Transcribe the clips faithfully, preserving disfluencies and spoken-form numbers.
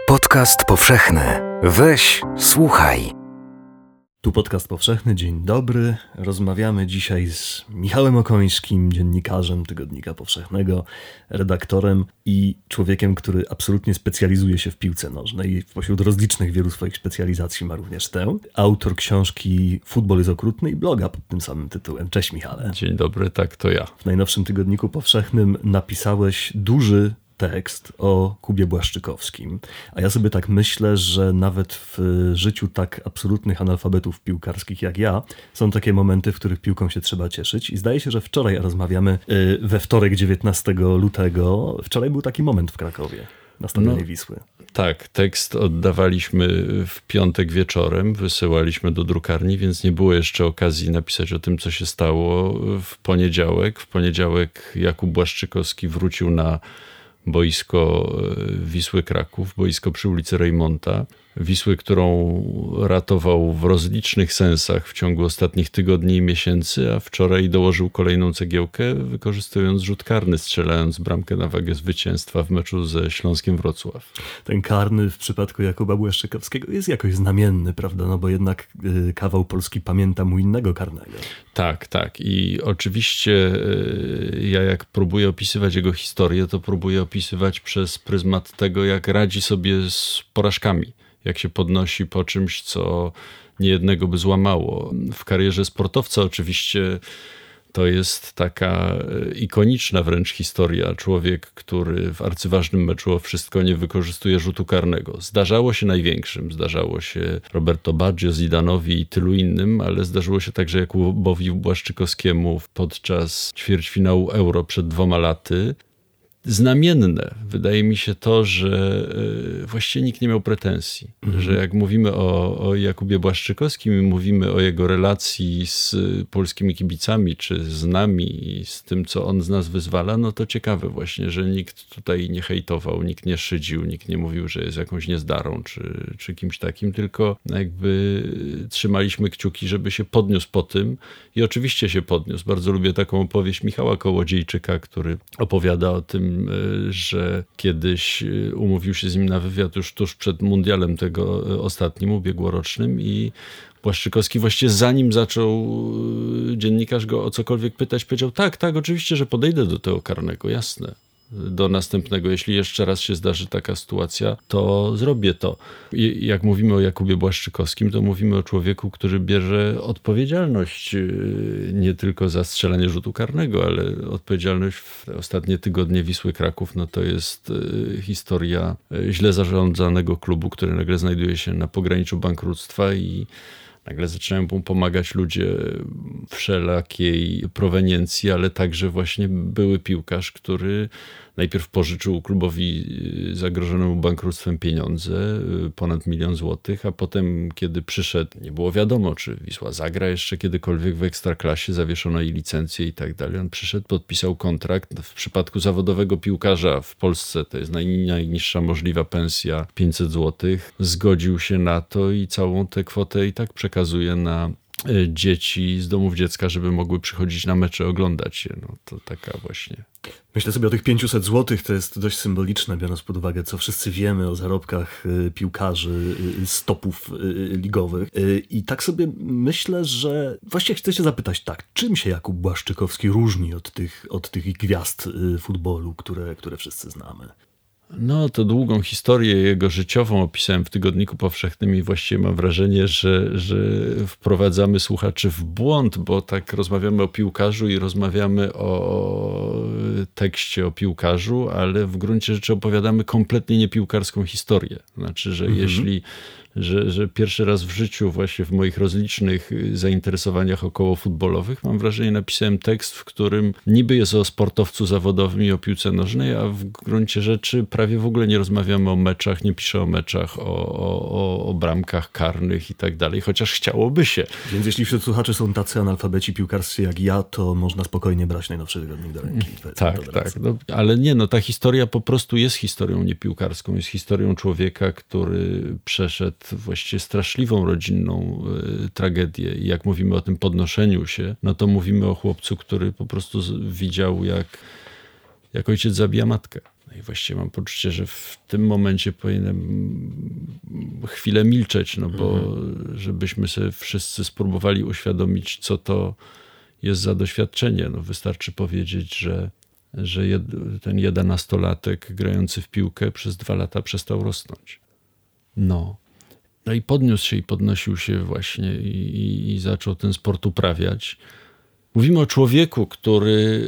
Podcast powszechny. Weź, słuchaj. Tu Podcast Powszechny, dzień dobry. Rozmawiamy dzisiaj z Michałem Okońskim, dziennikarzem Tygodnika Powszechnego, redaktorem i człowiekiem, który absolutnie specjalizuje się w piłce nożnej. Pośród rozlicznych wielu swoich specjalizacji ma również tę. Autor książki Futbol jest okrutny i bloga pod tym samym tytułem. Cześć Michale. Dzień dobry, tak to ja. W najnowszym Tygodniku Powszechnym napisałeś duży tekst o Kubie Błaszczykowskim, a ja sobie tak myślę, że nawet w życiu tak absolutnych analfabetów piłkarskich jak ja są takie momenty, w których piłką się trzeba cieszyć i zdaje się, że wczoraj, rozmawiamy we wtorek dziewiętnastego lutego, wczoraj był taki moment w Krakowie na stadionie no, Wisły. Tak, tekst oddawaliśmy w piątek wieczorem, wysyłaliśmy do drukarni, więc nie było jeszcze okazji napisać o tym, co się stało w poniedziałek. W poniedziałek Jakub Błaszczykowski wrócił na boisko Wisły Kraków, boisko przy ulicy Rejmonta. Wisły, którą ratował w rozlicznych sensach w ciągu ostatnich tygodni i miesięcy, a wczoraj dołożył kolejną cegiełkę, wykorzystując rzut karny, strzelając bramkę na wagę zwycięstwa w meczu ze Śląskiem Wrocław. Ten karny w przypadku Jakuba Błaszczykowskiego jest jakoś znamienny, prawda? No bo jednak kawał Polski pamięta mu innego karnego. Tak, tak. I oczywiście ja jak próbuję opisywać jego historię, to próbuję opisywać przez pryzmat tego, jak radzi sobie z porażkami. Jak się podnosi po czymś, co niejednego by złamało. W karierze sportowca oczywiście to jest taka ikoniczna wręcz historia. Człowiek, który w arcyważnym meczu o wszystko nie wykorzystuje rzutu karnego. Zdarzało się największym. Zdarzało się Roberto Baggio, Zidanowi i tylu innym, ale zdarzyło się także Jakubowi Błaszczykowskiemu podczas ćwierćfinału Euro przed dwoma laty. Znamienne wydaje mi się to, że właściwie nikt nie miał pretensji. Mhm. Że jak mówimy o, o Jakubie Błaszczykowskim i mówimy o jego relacji z polskimi kibicami, czy z nami i z tym, co on z nas wyzwala, no to ciekawe właśnie, że nikt tutaj nie hejtował, nikt nie szydził, nikt nie mówił, że jest jakąś niezdarą, czy, czy kimś takim, tylko jakby trzymaliśmy kciuki, żeby się podniósł po tym i oczywiście się podniósł. Bardzo lubię taką opowieść Michała Kołodziejczyka, który opowiada o tym, że kiedyś umówił się z nim na wywiad już tuż przed mundialem tego ostatnim, ubiegłorocznym i Błaszczykowski właściwie zanim zaczął dziennikarz go o cokolwiek pytać, powiedział tak, tak, oczywiście, że podejdę do tego karnego, jasne. Do następnego, jeśli jeszcze raz się zdarzy taka sytuacja, to zrobię to. I jak mówimy o Jakubie Błaszczykowskim, to mówimy o człowieku, który bierze odpowiedzialność nie tylko za strzelanie rzutu karnego, ale odpowiedzialność w ostatnie tygodnie Wisły Kraków, no to jest historia źle zarządzanego klubu, który nagle znajduje się na pograniczu bankructwa i nagle zaczynają mu pomagać ludzie wszelakiej proweniencji, ale także właśnie były piłkarz, który najpierw pożyczył klubowi zagrożonemu bankructwem pieniądze, ponad milion złotych, a potem, kiedy przyszedł, nie było wiadomo, czy Wisła zagra jeszcze kiedykolwiek w Ekstraklasie, zawieszono jej licencję i tak dalej. On przyszedł, podpisał kontrakt. W przypadku zawodowego piłkarza w Polsce to jest naj, najniższa możliwa pensja, pięćset złotych. Zgodził się na to i całą tę kwotę i tak przekazuje na dzieci z domów dziecka, żeby mogły przychodzić na mecze, oglądać je. No to taka właśnie. Myślę sobie o tych pięciuset złotych, to jest dość symboliczne, biorąc pod uwagę, co wszyscy wiemy o zarobkach piłkarzy z topów ligowych. I tak sobie myślę, że właściwie chcę się zapytać tak, czym się Jakub Błaszczykowski różni od tych, od tych gwiazd futbolu, które, które wszyscy znamy? No, to długą historię jego życiową opisałem w Tygodniku Powszechnym i właściwie mam wrażenie, że, że wprowadzamy słuchaczy w błąd, bo tak rozmawiamy o piłkarzu i rozmawiamy o tekście o piłkarzu, ale w gruncie rzeczy opowiadamy kompletnie niepiłkarską historię. Znaczy, że mhm. jeśli Że, że pierwszy raz w życiu właśnie w moich rozlicznych zainteresowaniach okołofutbolowych mam wrażenie napisałem tekst, w którym niby jest o sportowcu zawodowym i o piłce nożnej, a w gruncie rzeczy prawie w ogóle nie rozmawiamy o meczach, nie piszę o meczach, o, o, o bramkach karnych i tak dalej, chociaż chciałoby się. Więc jeśli wśród słuchaczy są tacy analfabeci piłkarscy jak ja, to można spokojnie brać najnowszy tygodnik do ręki. Tak, tak. No, ale nie, no ta historia po prostu jest historią niepiłkarską, jest historią człowieka, który przeszedł właściwie straszliwą rodzinną y, tragedię. I jak mówimy o tym podnoszeniu się, no to mówimy o chłopcu, który po prostu z, widział jak, jak ojciec zabija matkę. No i właściwie mam poczucie, że w tym momencie powinienem chwilę milczeć, no bo mhm. żebyśmy sobie wszyscy spróbowali uświadomić, co to jest za doświadczenie. No wystarczy powiedzieć, że, że jed, ten jedenastolatek grający w piłkę przez dwa lata przestał rosnąć. No. No i podniósł się i podnosił się właśnie i, i, i zaczął ten sport uprawiać. Mówimy o człowieku, który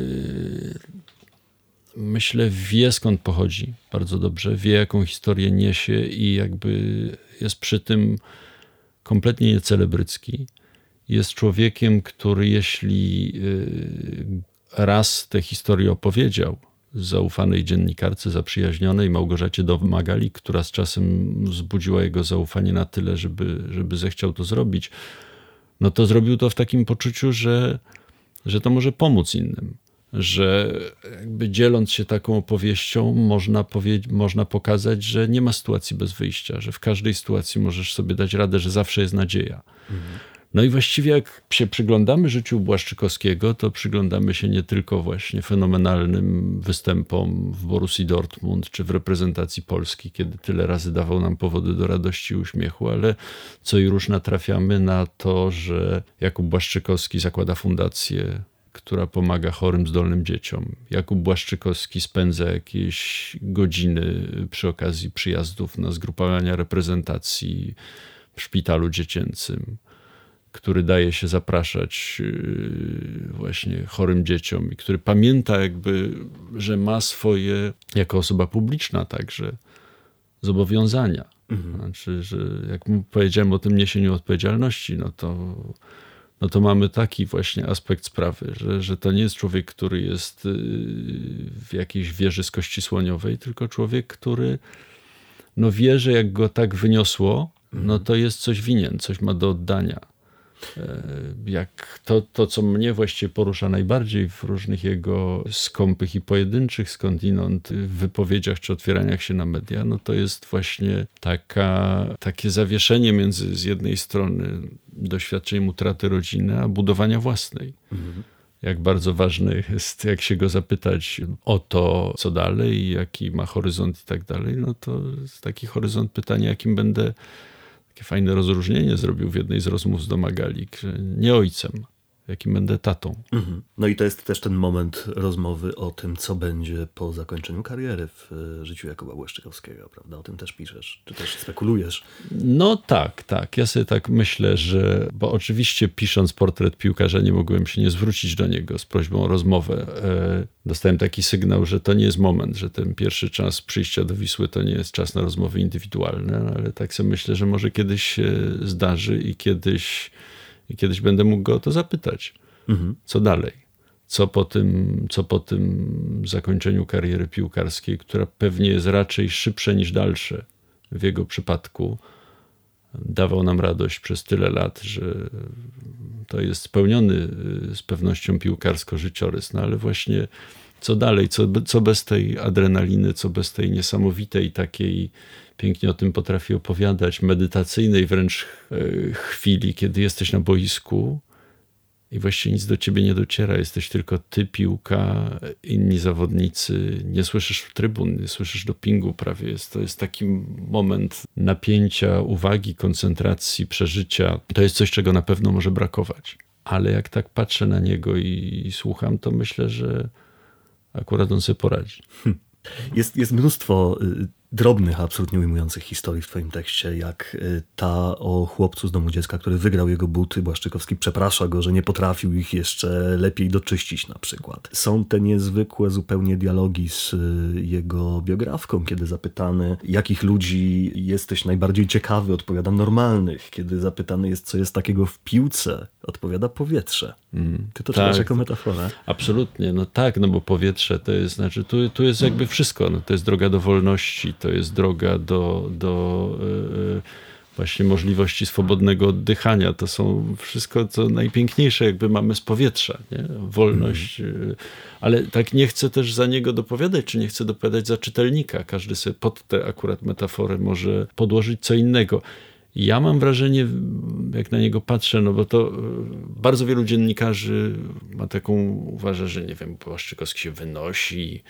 yy, myślę wie skąd pochodzi bardzo dobrze, wie jaką historię niesie i jakby jest przy tym kompletnie niecelebrycki. Jest człowiekiem, który jeśli yy, raz tę historię opowiedział zaufanej dziennikarce, zaprzyjaźnionej Małgorzacie Domagali, która z czasem wzbudziła jego zaufanie na tyle, żeby, żeby zechciał to zrobić, no to zrobił to w takim poczuciu, że, że to może pomóc innym. Że jakby dzieląc się taką opowieścią można, powie- można pokazać, że nie ma sytuacji bez wyjścia, że w każdej sytuacji możesz sobie dać radę, że zawsze jest nadzieja. Mhm. No i właściwie jak się przyglądamy życiu Błaszczykowskiego, to przyglądamy się nie tylko właśnie fenomenalnym występom w Borussii Dortmund czy w reprezentacji Polski, kiedy tyle razy dawał nam powody do radości i uśmiechu, ale co i róż natrafiamy na to, że Jakub Błaszczykowski zakłada fundację, która pomaga chorym, zdolnym dzieciom. Jakub Błaszczykowski spędza jakieś godziny przy okazji przyjazdów na zgrupowania reprezentacji w szpitalu dziecięcym, który daje się zapraszać właśnie chorym dzieciom i który pamięta jakby, że ma swoje, jako osoba publiczna także, zobowiązania. Mhm. Znaczy, że jak mu powiedziałem o tym niesieniu odpowiedzialności, no to, no to mamy taki właśnie aspekt sprawy, że, że to nie jest człowiek, który jest w jakiejś wieży z kości słoniowej, tylko człowiek, który no wie, że jak go tak wyniosło, mhm. no to jest coś winien, coś ma do oddania. Jak to, to, co mnie właściwie porusza najbardziej w różnych jego skąpych i pojedynczych skądinąd wypowiedziach czy otwieraniach się na media, no to jest właśnie taka, takie zawieszenie między z jednej strony doświadczeniem utraty rodziny, a budowania własnej. Mhm. Jak bardzo ważne jest, jak się go zapytać o to, co dalej, jaki ma horyzont i tak dalej, no to jest taki horyzont pytania, jakim będę. Takie fajne rozróżnienie zrobił w jednej z rozmów z Domagali, że nie ojcem, jakim będę tatą. Mhm. No i to jest też ten moment rozmowy o tym, co będzie po zakończeniu kariery w życiu Jakuba Błaszczykowskiego, prawda? O tym też piszesz, czy też spekulujesz. No tak, tak. Ja sobie tak myślę, że, bo oczywiście pisząc portret piłkarza nie mogłem się nie zwrócić do niego z prośbą o rozmowę. Dostałem taki sygnał, że to nie jest moment, że ten pierwszy czas przyjścia do Wisły to nie jest czas na rozmowy indywidualne, no, ale tak sobie myślę, że może kiedyś się zdarzy i kiedyś I kiedyś będę mógł go o to zapytać. Mhm. Co dalej? Co po tym, co po tym zakończeniu kariery piłkarskiej, która pewnie jest raczej szybsze niż dalsze w jego przypadku. Dawał nam radość przez tyle lat, że to jest spełniony z pewnością piłkarsko życiorys. No ale właśnie co dalej? Co, co bez tej adrenaliny, co bez tej niesamowitej takiej, pięknie o tym potrafi opowiadać, medytacyjnej wręcz chwili, kiedy jesteś na boisku i właściwie nic do ciebie nie dociera. Jesteś tylko ty, piłka, inni zawodnicy. Nie słyszysz trybun, nie słyszysz dopingu prawie. Jest, to jest taki moment napięcia, uwagi, koncentracji, przeżycia. To jest coś, czego na pewno może brakować. Ale jak tak patrzę na niego i, i słucham, to myślę, że akurat on sobie poradzi. Jest, jest mnóstwo drobnych, absolutnie ujmujących historii w twoim tekście, jak ta o chłopcu z domu dziecka, który wygrał jego buty. Błaszczykowski przeprasza go, że nie potrafił ich jeszcze lepiej doczyścić na przykład. Są te niezwykłe zupełnie dialogi z jego biografką, kiedy zapytany, jakich ludzi jesteś najbardziej ciekawy, odpowiada normalnych. Kiedy zapytany jest, co jest takiego w piłce, odpowiada powietrze. Mm, Ty to tak, czytasz jako metaforę. Absolutnie, no tak, no bo powietrze to jest, znaczy tu, tu jest jakby wszystko. No to jest droga do wolności, to jest droga do, do yy, właśnie możliwości swobodnego oddychania. To są wszystko, co najpiękniejsze jakby mamy z powietrza. Nie? Wolność. Mm. Yy, ale tak nie chcę też za niego dopowiadać, czy nie chcę dopowiadać za czytelnika. Każdy sobie pod tę akurat metaforę może podłożyć co innego. Ja mam wrażenie, jak na niego patrzę, no bo to bardzo wielu dziennikarzy ma taką, uważa, że nie wiem, Błaszczykowski się wynosi,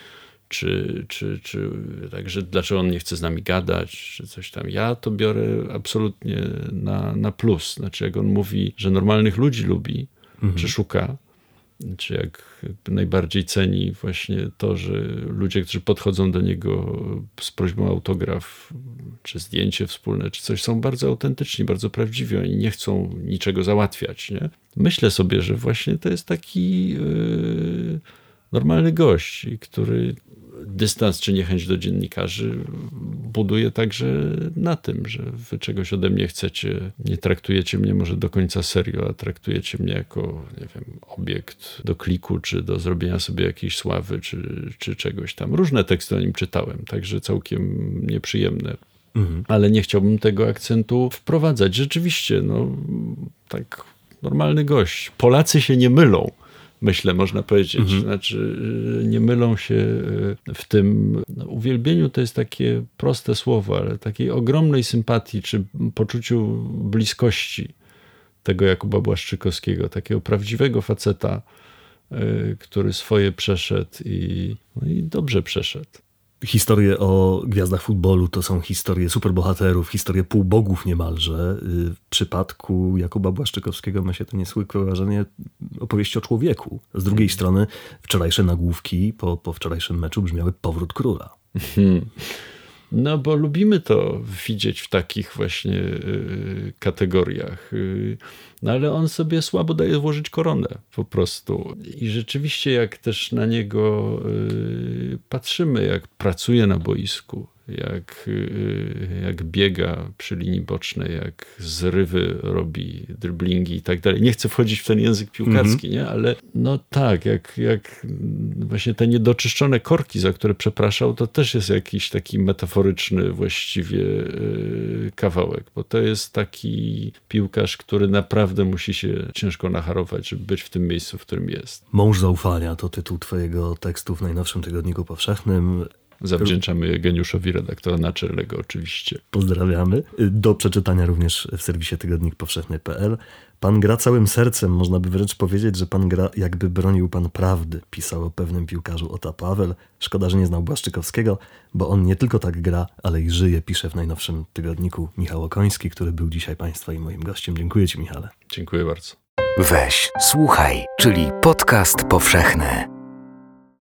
czy, czy, czy także dlaczego on nie chce z nami gadać, czy coś tam. Ja to biorę absolutnie na, na plus. Znaczy jak on mówi, że normalnych ludzi lubi, mhm. czy szuka, czy jak najbardziej ceni właśnie to, że ludzie, którzy podchodzą do niego z prośbą o autograf, czy zdjęcie wspólne, czy coś, są bardzo autentyczni, bardzo prawdziwi. Oni nie chcą niczego załatwiać. Nie? Myślę sobie, że właśnie to jest taki yy, normalny gość, który dystans czy niechęć do dziennikarzy buduje także na tym, że wy czegoś ode mnie chcecie, nie traktujecie mnie może do końca serio, a traktujecie mnie jako, nie wiem, obiekt do kliku, czy do zrobienia sobie jakiejś sławy, czy, czy czegoś tam. Różne teksty o nim czytałem, także całkiem nieprzyjemne. Mhm. Ale nie chciałbym tego akcentu wprowadzać. Rzeczywiście, no tak normalny gość. Polacy się nie mylą. Myślę, można powiedzieć. Mhm. Znaczy, nie mylą się w tym no, uwielbieniu, to jest takie proste słowo, ale takiej ogromnej sympatii, czy poczuciu bliskości tego Jakuba Błaszczykowskiego, takiego prawdziwego faceta, y, który swoje przeszedł i, no i dobrze przeszedł. Historie o gwiazdach futbolu to są historie superbohaterów, historie półbogów niemalże. W przypadku Jakuba Błaszczykowskiego ma się to niezwykłe wrażenie opowieści o człowieku. Z drugiej hmm. strony wczorajsze nagłówki po, po wczorajszym meczu brzmiały powrót króla. Hmm. No bo lubimy to widzieć w takich właśnie y, kategoriach. Y, no ale on sobie słabo daje włożyć koronę po prostu. I rzeczywiście jak też na niego y, patrzymy, jak pracuje na boisku, jak, y, jak biega przy linii bocznej, jak zrywy robi, driblingi i tak dalej. Nie chcę wchodzić w ten język piłkarski, mm-hmm. nie? Ale no tak, jak, jak właśnie te niedoczyszczone korki, za które przepraszał, to też jest jakiś taki metaforyczny właściwie y, kawałek, bo to jest taki piłkarz, który naprawdę musi się ciężko nacharować, żeby być w tym miejscu, w którym jest. Mąż zaufania to tytuł twojego tekstu w najnowszym tygodniku powszechnym. Zawdzięczamy geniuszowi redaktora Naczelnego oczywiście. Pozdrawiamy. Do przeczytania również w serwisie tygodnik powszechny kropka p l. Pan gra całym sercem, można by wręcz powiedzieć, że pan gra jakby bronił pan prawdy, pisał o pewnym piłkarzu Ota Paweł. Szkoda, że nie znał Błaszczykowskiego, bo on nie tylko tak gra, ale i żyje, pisze w najnowszym tygodniku Michał Okoński, który był dzisiaj państwa i moim gościem. Dziękuję ci, Michale. Dziękuję bardzo. Weź, słuchaj, czyli podcast powszechny.